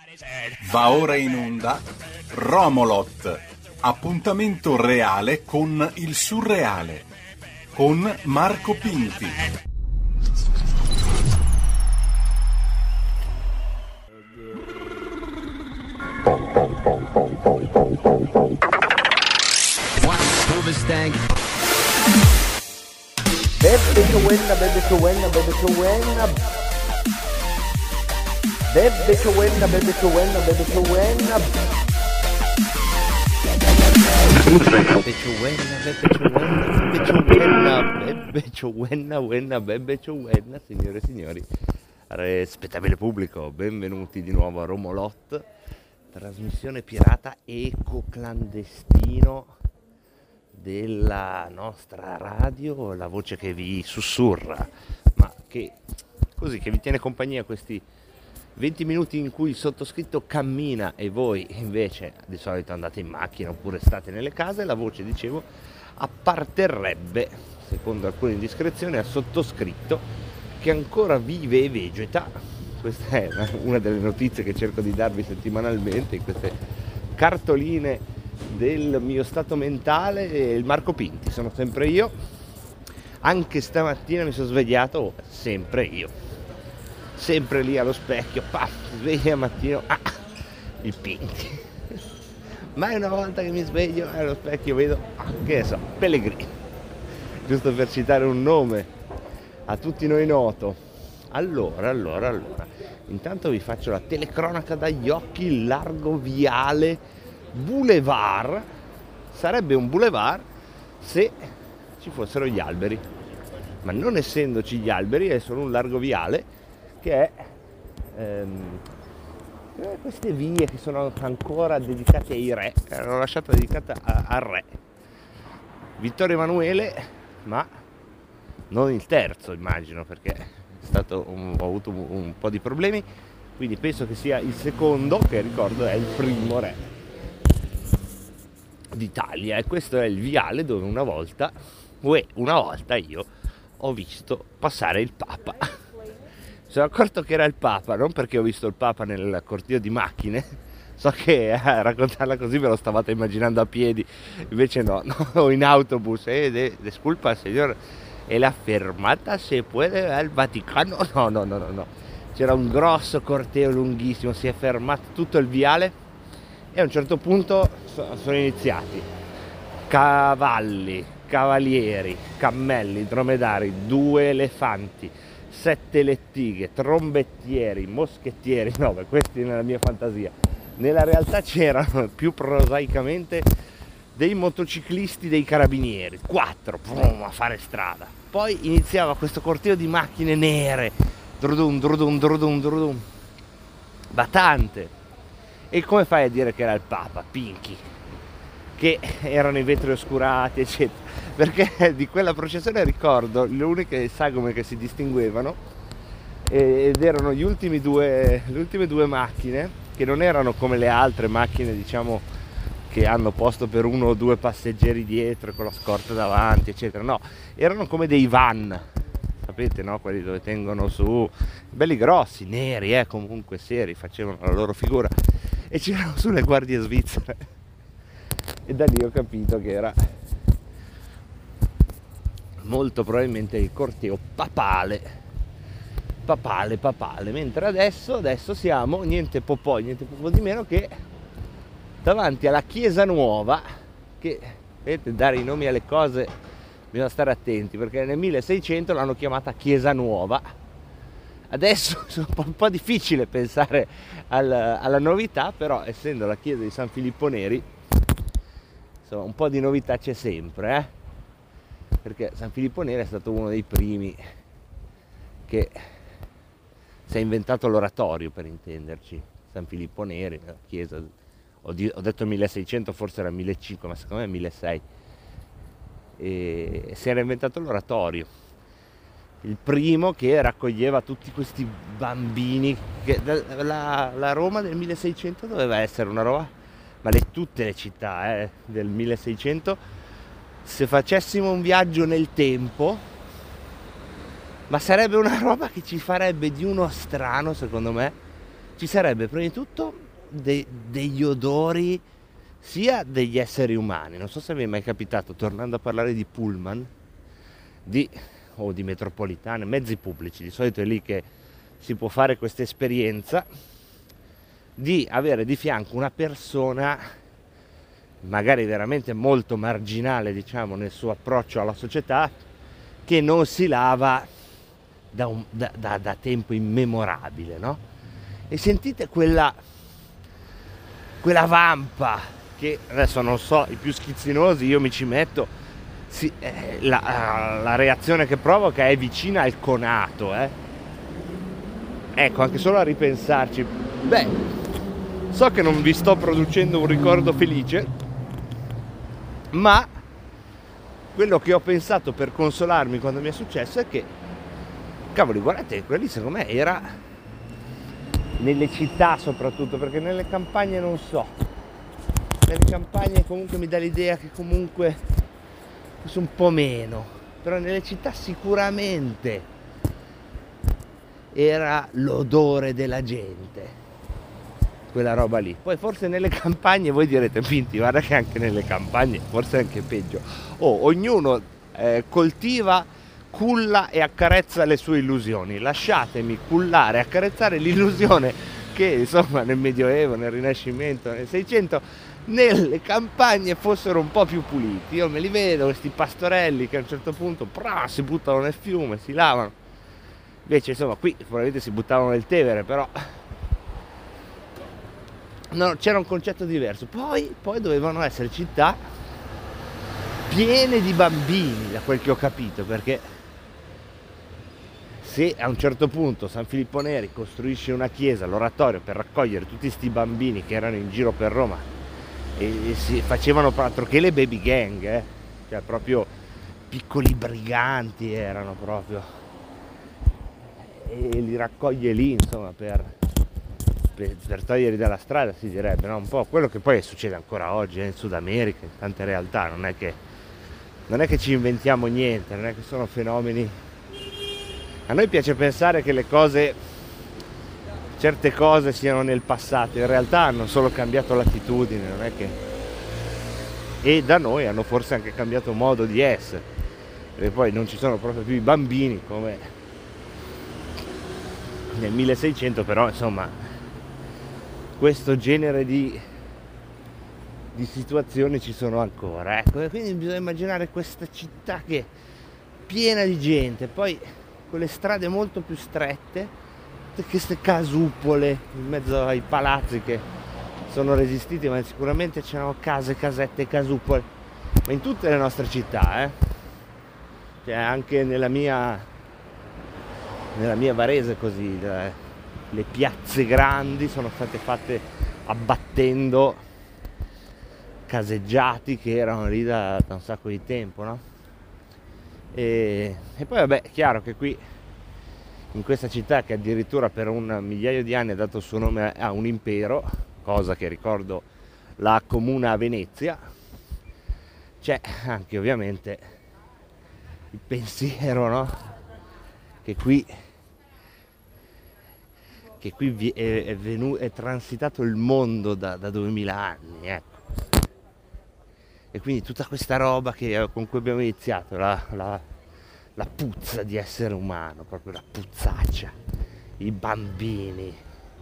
Va ora in onda Romolot, appuntamento reale con il surreale, con Marco Pinti. Bebe che buena, bebe che buena, bebe che buena. Bebe che buena, bebe che buena, bebe che buena. Bebe che buena, bebe che buena, bebe che buena, bebe che buena, signore e signori. Rispettabile pubblico, benvenuti di nuovo a Romolot, trasmissione pirata eco-clandestino della nostra radio, la voce che vi sussurra, ma che così, che vi tiene compagnia questi 20 minuti in cui il sottoscritto cammina e voi invece di solito andate in macchina oppure state nelle case. La voce, dicevo, apparterrebbe, secondo alcune indiscrezioni, al sottoscritto che ancora vive e vegeta. Questa è una delle notizie che cerco di darvi settimanalmente in queste cartoline del mio stato mentale. Il Marco Pinti sono sempre io, anche stamattina mi sono svegliato sempre io, sempre lì allo specchio, sveglia mattino, il Pinti. Mai una volta che mi sveglio allo specchio vedo, che ne so, Pellegrini, giusto per citare un nome a tutti noi noto. Allora, intanto vi faccio la telecronaca dagli occhi. Il largo viale Boulevard sarebbe un boulevard se ci fossero gli alberi, ma non essendoci gli alberi è solo un largo viale che è queste vie che sono ancora dedicate ai re, l'ho lasciata dedicata al re Vittorio Emanuele, ma non il terzo, immagino, perché ho avuto un po' di problemi, quindi penso che sia il secondo, che ricordo è il primo re d'Italia, e questo è il viale dove una volta io ho visto passare il Papa. Sono accorto che era il Papa, non perché ho visto il Papa nel cortile di macchine, so che a raccontarla così ve lo stavate immaginando a piedi, invece no, o in autobus, disculpa signor, e la fermata se puede al Vaticano, no, c'era un grosso corteo lunghissimo, si è fermato tutto il viale e a un certo punto sono iniziati cavalli, cavalieri, cammelli, dromedari, 2 elefanti, 7 lettighe, trombettieri, moschettieri. No, questi nella mia fantasia. Nella realtà c'erano, più prosaicamente, dei motociclisti, dei carabinieri, 4 a fare strada. Poi iniziava questo corteo di macchine nere, drudum, battante. E come fai a dire che era il Papa? Pinchi, che erano i vetri oscurati, eccetera, perché di quella processione ricordo le uniche sagome che si distinguevano ed erano le ultime due macchine, che non erano come le altre macchine, diciamo, che hanno posto per 1 o 2 passeggeri dietro con la scorta davanti, eccetera. No, erano come dei van, sapete, no? Quelli dove tengono su, belli grossi, neri, comunque seri, facevano la loro figura, e c'erano sulle guardie svizzere, e da lì ho capito che era molto probabilmente il corteo papale, mentre adesso siamo niente po' di meno che davanti alla Chiesa Nuova, che, vedete, dare i nomi alle cose bisogna stare attenti, perché nel 1600 l'hanno chiamata Chiesa Nuova. Adesso è un po' difficile pensare alla novità, però essendo la chiesa di San Filippo Neri, insomma, un po' di novità c'è sempre, perché San Filippo Neri è stato uno dei primi che si è inventato l'oratorio, per intenderci. San Filippo Neri, la chiesa, ho detto 1600, forse era 1500, ma secondo me è 1600, e si era inventato l'oratorio. Il primo che raccoglieva tutti questi bambini, che la Roma del 1600 doveva essere una roba, ma tutte le città del 1600, se facessimo un viaggio nel tempo, ma sarebbe una roba che ci farebbe di uno strano, secondo me, ci sarebbe prima di tutto degli odori sia degli esseri umani. Non so se vi è mai capitato, tornando a parlare di pullman o di metropolitane, mezzi pubblici, di solito è lì che si può fare questa esperienza di avere di fianco una persona magari veramente molto marginale, diciamo, nel suo approccio alla società, che non si lava da tempo immemorabile, no? E sentite quella vampa che adesso non so, i più schizzinosi, io mi ci metto, la reazione che provoca è vicina al conato, Ecco, anche solo a ripensarci, so che non vi sto producendo un ricordo felice, ma quello che ho pensato per consolarmi quando mi è successo è che, cavoli, guardate, quelli secondo me era nelle città soprattutto, perché nelle campagne non so, nelle campagne comunque mi dà l'idea che comunque fosse un po' meno, però nelle città sicuramente era l'odore della gente, quella roba lì. Poi forse nelle campagne voi direte, Pinti, guarda che anche nelle campagne forse è anche peggio. Ognuno coltiva, culla e accarezza le sue illusioni. Lasciatemi cullare e accarezzare l'illusione che insomma nel Medioevo, nel Rinascimento, nel 600 nelle campagne fossero un po' più puliti. Io me li vedo questi pastorelli che a un certo punto si buttano nel fiume, si lavano. Invece insomma qui probabilmente si buttavano nel Tevere, però no, c'era un concetto diverso. Poi dovevano essere città piene di bambini, da quel che ho capito, perché se a un certo punto San Filippo Neri costruisce una chiesa, l'oratorio, per raccogliere tutti questi bambini che erano in giro per Roma e si facevano altro che le baby gang, cioè proprio piccoli briganti erano proprio, e li raccoglie lì insomma per toglierli dalla strada, si direbbe, no? Un po' quello che poi succede ancora oggi in Sud America, in tante realtà. Non è che ci inventiamo niente, non è che sono fenomeni. A noi piace pensare che certe cose siano nel passato, in realtà hanno solo cambiato l'attitudine, non è che, e da noi hanno forse anche cambiato modo di essere, perché poi non ci sono proprio più i bambini come nel 1600, però insomma questo genere di situazioni ci sono ancora, ecco. E quindi bisogna immaginare questa città che è piena di gente, poi con le strade molto più strette, queste casupole in mezzo ai palazzi che sono resistiti, ma sicuramente c'erano case, casette, casupole, ma in tutte le nostre città, cioè anche nella mia Varese così, le piazze grandi sono state fatte abbattendo caseggiati che erano lì da un sacco di tempo, no? E poi vabbè, è chiaro che qui in questa città, che addirittura per un migliaio di anni ha dato il suo nome a un impero, cosa che ricordo la accomuna a Venezia, c'è anche ovviamente il pensiero, no? Che qui è transitato il mondo da 2000 anni, ecco. E quindi tutta questa roba con cui abbiamo iniziato, la puzza di essere umano, proprio la puzzaccia, i bambini,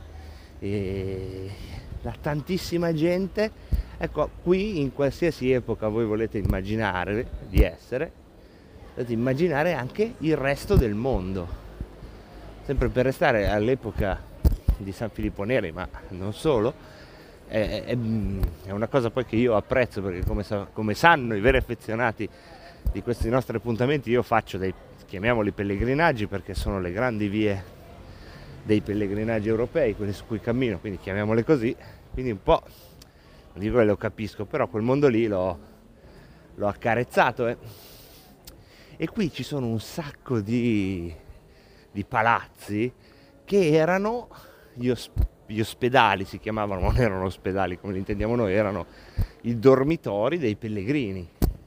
e la tantissima gente, ecco, qui in qualsiasi epoca voi volete immaginare di essere, potete immaginare anche il resto del mondo, sempre per restare all'epoca di San Filippo Neri, ma non solo. È una cosa poi che io apprezzo, perché come sanno i veri affezionati di questi nostri appuntamenti, io faccio chiamiamoli pellegrinaggi, perché sono le grandi vie dei pellegrinaggi europei, quelli su cui cammino, quindi chiamiamole così. Quindi un po', non dico che lo capisco, però quel mondo lì l'ho accarezzato, E qui ci sono un sacco di palazzi che erano gli ospedali, si chiamavano, non erano ospedali come li intendiamo noi, erano i dormitori dei pellegrini.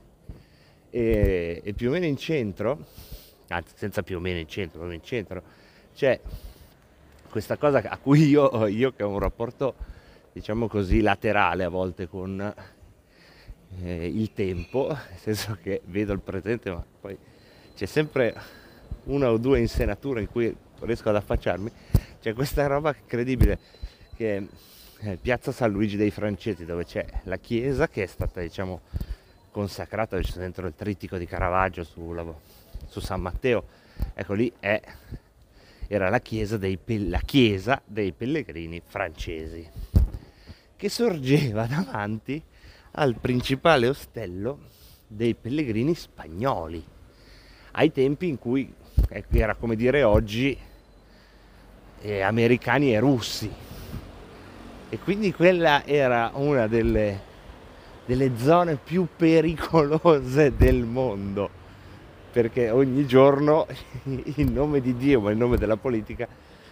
E più o meno in centro, anzi senza più o meno in centro, proprio in centro, c'è questa cosa a cui io che ho un rapporto, diciamo così, laterale a volte con il tempo, nel senso che vedo il presente, ma poi c'è sempre una o due insenature in cui riesco ad affacciarmi. C'è questa roba incredibile che è Piazza San Luigi dei Francesi, dove c'è la chiesa che è stata, diciamo, consacrata, dove c'è dentro il trittico di Caravaggio su San Matteo. Ecco, lì era la chiesa dei pellegrini francesi, che sorgeva davanti al principale ostello dei pellegrini spagnoli, ai tempi in cui era come dire oggi americani e russi, e quindi quella era una delle zone più pericolose del mondo, perché ogni giorno in nome di Dio ma in nome della politica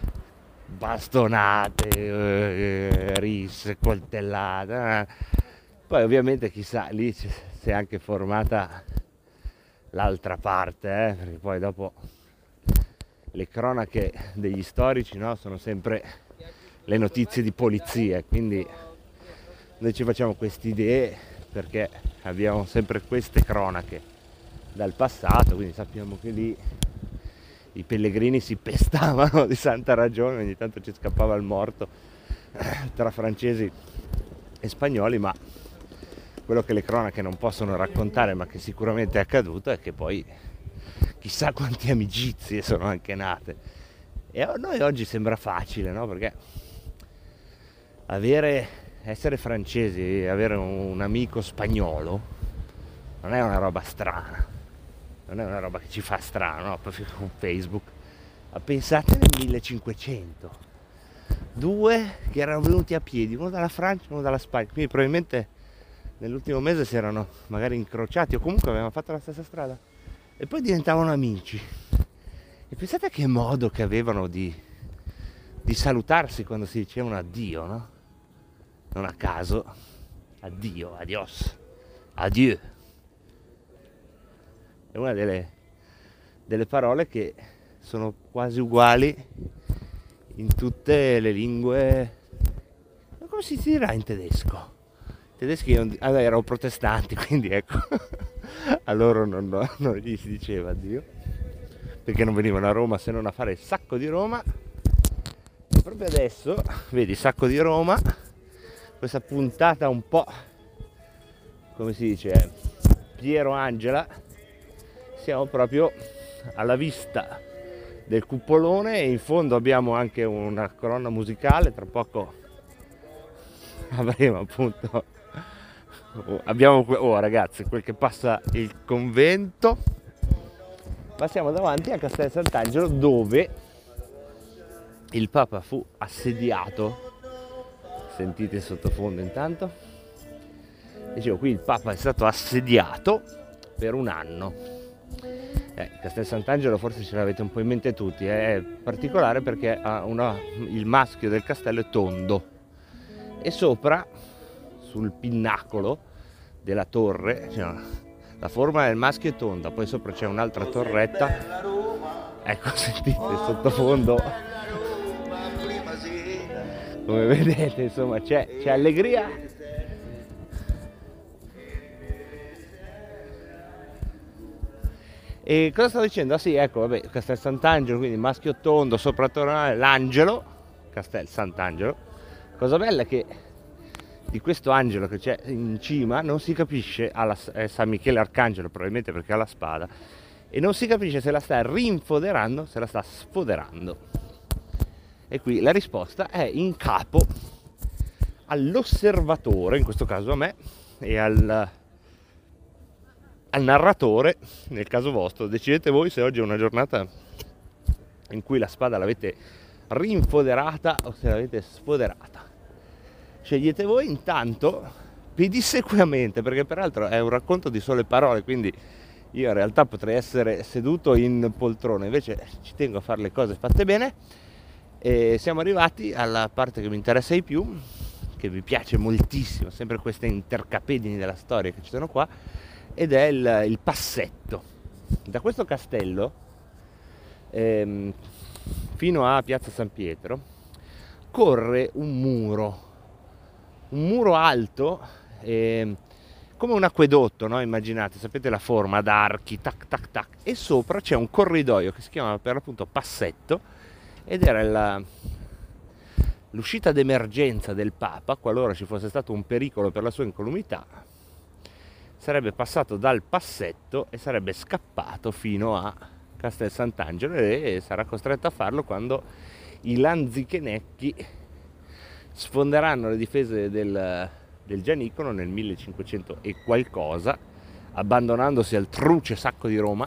bastonate, risse, coltellate. Poi ovviamente chissà, lì si è anche formata l'altra parte, perché poi dopo le cronache degli storici, no, sono sempre le notizie di polizia, quindi noi ci facciamo queste idee perché abbiamo sempre queste cronache dal passato, quindi sappiamo che lì i pellegrini si pestavano di santa ragione, ogni tanto ci scappava il morto tra francesi e spagnoli, ma quello che le cronache non possono raccontare, ma che sicuramente è accaduto, è che poi chissà quante amicizie sono anche nate. E a noi oggi sembra facile, no? Perché essere francesi e avere un amico spagnolo non è una roba strana, non è una roba che ci fa strano, no? Proprio con Facebook. Ma pensate nel 1500, due che erano venuti a piedi, uno dalla Francia e uno dalla Spagna, quindi probabilmente nell'ultimo mese si erano magari incrociati o comunque avevano fatto la stessa strada e poi diventavano amici. E pensate che modo che avevano di salutarsi quando si dicevano addio, no? Non a caso, addio, adios, adieu. È una delle parole che sono quasi uguali in tutte le lingue. Ma come si dirà in tedesco? I tedeschi erano protestanti, quindi ecco, a loro non gli si diceva addio, perché non venivano a Roma se non a fare il sacco di Roma. E proprio adesso, vedi, sacco di Roma, questa puntata un po', come si dice, Piero Angela, siamo proprio alla vista del cupolone e in fondo abbiamo anche una colonna musicale, tra poco avremo appunto, ragazzi, quel che passa il convento, ma siamo davanti a Castel Sant'Angelo, dove il Papa fu assediato. Sentite il sottofondo intanto. Dicevo, qui il Papa è stato assediato per un anno. Castel Sant'Angelo forse ce l'avete un po' in mente tutti, è particolare perché il maschio del castello è tondo e sopra, sul pinnacolo della torre, cioè, la forma del maschio è tonda, poi sopra c'è un'altra torretta, ecco, sentite il sottofondo, come vedete, insomma, c'è allegria. E cosa stavo dicendo? Ah sì, ecco, vabbè, Castel Sant'Angelo, quindi maschio tondo, sopra torre, l'angelo, Castel Sant'Angelo. Cosa bella è che di questo angelo che c'è in cima non si capisce, è San Michele Arcangelo probabilmente perché ha la spada, e non si capisce se la sta rinfoderando, se la sta sfoderando. E qui la risposta è in capo all'osservatore, in questo caso a me, e al narratore, nel caso vostro. Decidete voi se oggi è una giornata in cui la spada l'avete rinfoderata o se l'avete sfoderata. Scegliete voi. Intanto pedissequamente, perché peraltro è un racconto di sole parole, quindi io in realtà potrei essere seduto in poltrona, invece ci tengo a fare le cose fatte bene. E siamo arrivati alla parte che mi interessa di più, che mi piace moltissimo, sempre queste intercapedini della storia che ci sono qua, ed è il passetto. Da questo castello fino a Piazza San Pietro corre un muro alto, come un acquedotto, no? Immaginate, sapete la forma ad archi, tac tac tac, e sopra c'è un corridoio che si chiama per l'appunto passetto, ed era l'uscita d'emergenza del Papa, qualora ci fosse stato un pericolo per la sua incolumità. Sarebbe passato dal passetto e sarebbe scappato fino a Castel Sant'Angelo, e sarà costretto a farlo quando i lanzichenecchi sfonderanno le difese del Gianicolo nel 1500 e qualcosa, abbandonandosi al truce sacco di Roma,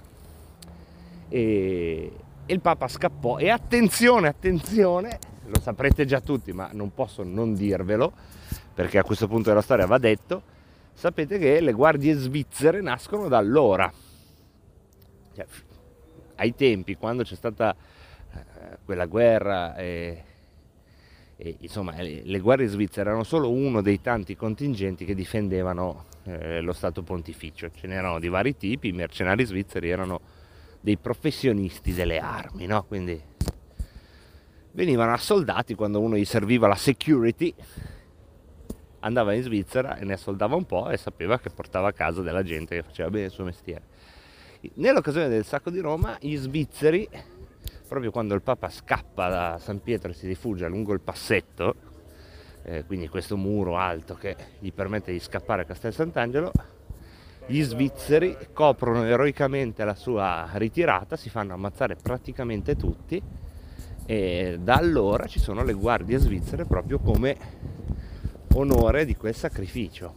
e il Papa scappò. E attenzione, lo saprete già tutti, ma non posso non dirvelo, perché a questo punto della storia va detto. Sapete che le guardie svizzere nascono da allora, cioè, ai tempi quando c'è stata quella guerra, insomma le guardie svizzere erano solo uno dei tanti contingenti che difendevano lo Stato Pontificio. Ce n'erano di vari tipi, i mercenari svizzeri erano dei professionisti delle armi, no? Quindi venivano assoldati quando uno gli serviva la security, andava in Svizzera e ne assoldava un po' e sapeva che portava a casa della gente che faceva bene il suo mestiere. Nell'occasione del sacco di Roma, gli svizzeri, proprio quando il Papa scappa da San Pietro e si rifugia lungo il passetto, quindi questo muro alto che gli permette di scappare a Castel Sant'Angelo, gli svizzeri coprono eroicamente la sua ritirata, si fanno ammazzare praticamente tutti, e da allora ci sono le guardie svizzere proprio come onore di quel sacrificio.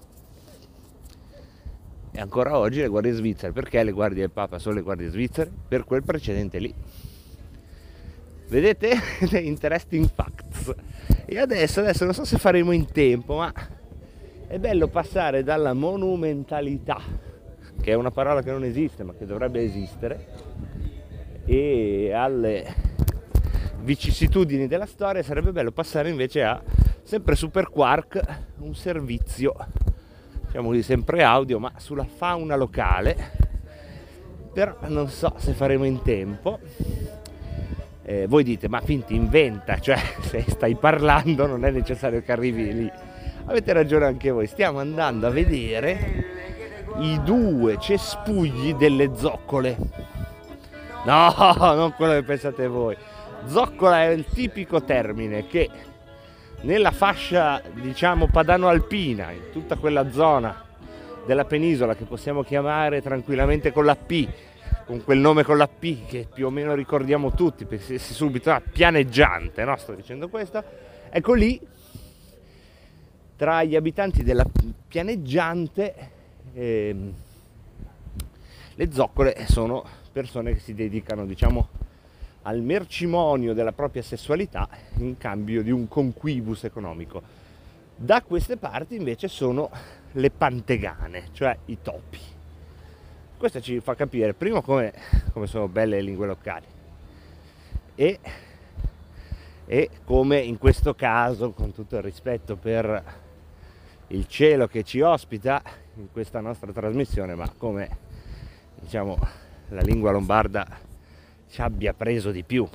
E ancora oggi le guardie svizzere, perché le guardie del Papa sono le guardie svizzere? Per quel precedente lì. Vedete? Interesting facts. E adesso non so se faremo in tempo, ma è bello passare dalla monumentalità, che è una parola che non esiste ma che dovrebbe esistere, e alle vicissitudini della storia. Sarebbe bello passare invece a, sempre Super Quark, un servizio, diciamo così, sempre audio, ma sulla fauna locale. Però non so se faremo in tempo. Voi dite, ma Finti inventa, cioè se stai parlando non è necessario che arrivi lì. Avete ragione anche voi, stiamo andando a vedere i 2 cespugli delle zoccole. No, non quello che pensate voi. Zoccola è il tipico termine che nella fascia, diciamo, padano-alpina, in tutta quella zona della penisola che possiamo chiamare tranquillamente con la P, con quel nome con la P che più o meno ricordiamo tutti, perché si subito pianeggiante, no? Sto dicendo questo. Ecco lì, tra gli abitanti della pianeggiante, le zoccole sono persone che si dedicano, diciamo, al mercimonio della propria sessualità in cambio di un conquibus economico. Da queste parti invece sono le pantegane, cioè i topi. Questo ci fa capire prima come sono belle le lingue locali e come in questo caso, con tutto il rispetto per il cielo che ci ospita in questa nostra trasmissione, ma come, diciamo, la lingua lombarda ci abbia preso di più.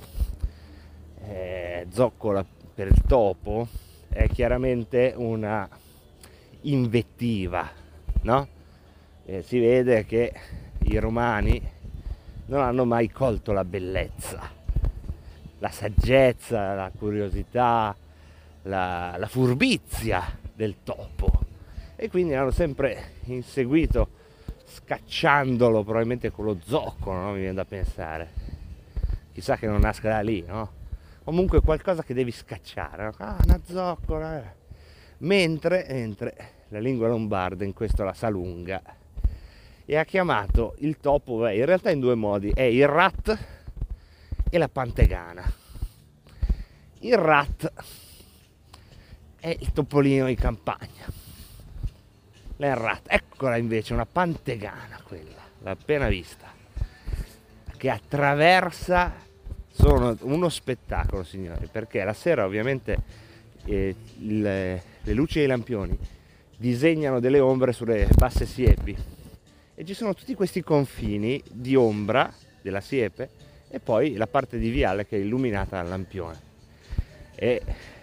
Zoccola per il topo è chiaramente una invettiva, no? Si vede che i romani non hanno mai colto la bellezza, la saggezza, la curiosità, la furbizia del topo, e quindi l'hanno sempre inseguito scacciandolo, probabilmente con lo zoccolo, no? Mi viene da pensare. Chissà che non nasca da lì, no? Comunque qualcosa che devi scacciare, no? Ah, una zoccola. Mentre la lingua lombarda in questo la sa lunga e ha chiamato il topo, in realtà in 2 modi, è il rat e la pantegana. Il rat è il topolino in campagna, il rat, eccola invece una pantegana, quella, l'ho appena vista, che attraversa, sono uno spettacolo, signori, perché la sera ovviamente le luci dei lampioni disegnano delle ombre sulle basse siepi e ci sono tutti questi confini di ombra della siepe e poi la parte di viale che è illuminata dal lampione, e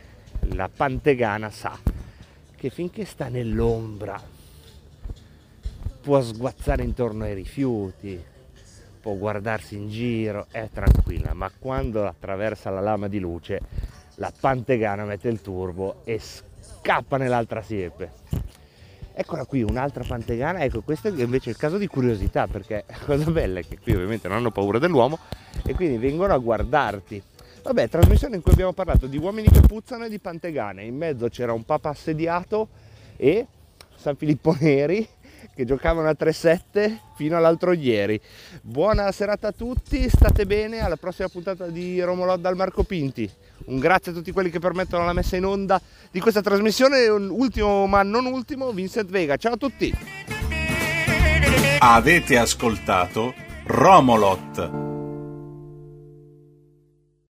la pantegana sa che finché sta nell'ombra può sguazzare intorno ai rifiuti, può guardarsi in giro, è tranquilla, ma quando attraversa la lama di luce la pantegana mette il turbo e scappa nell'altra siepe. Eccola qui, un'altra pantegana. Ecco, questo è invece il caso di curiosità, perché la cosa bella è che qui ovviamente non hanno paura dell'uomo e quindi vengono a guardarti. Vabbè, trasmissione in cui abbiamo parlato di uomini che puzzano e di pantegane. In mezzo c'era un papa assediato e San Filippo Neri che giocavano a 3-7 fino all'altro ieri. Buona serata a tutti, state bene, alla prossima puntata di Romolot dal Marco Pinti. Un grazie a tutti quelli che permettono la messa in onda di questa trasmissione. Ultimo ma non ultimo, Vincent Vega. Ciao a tutti. Avete ascoltato Romolot.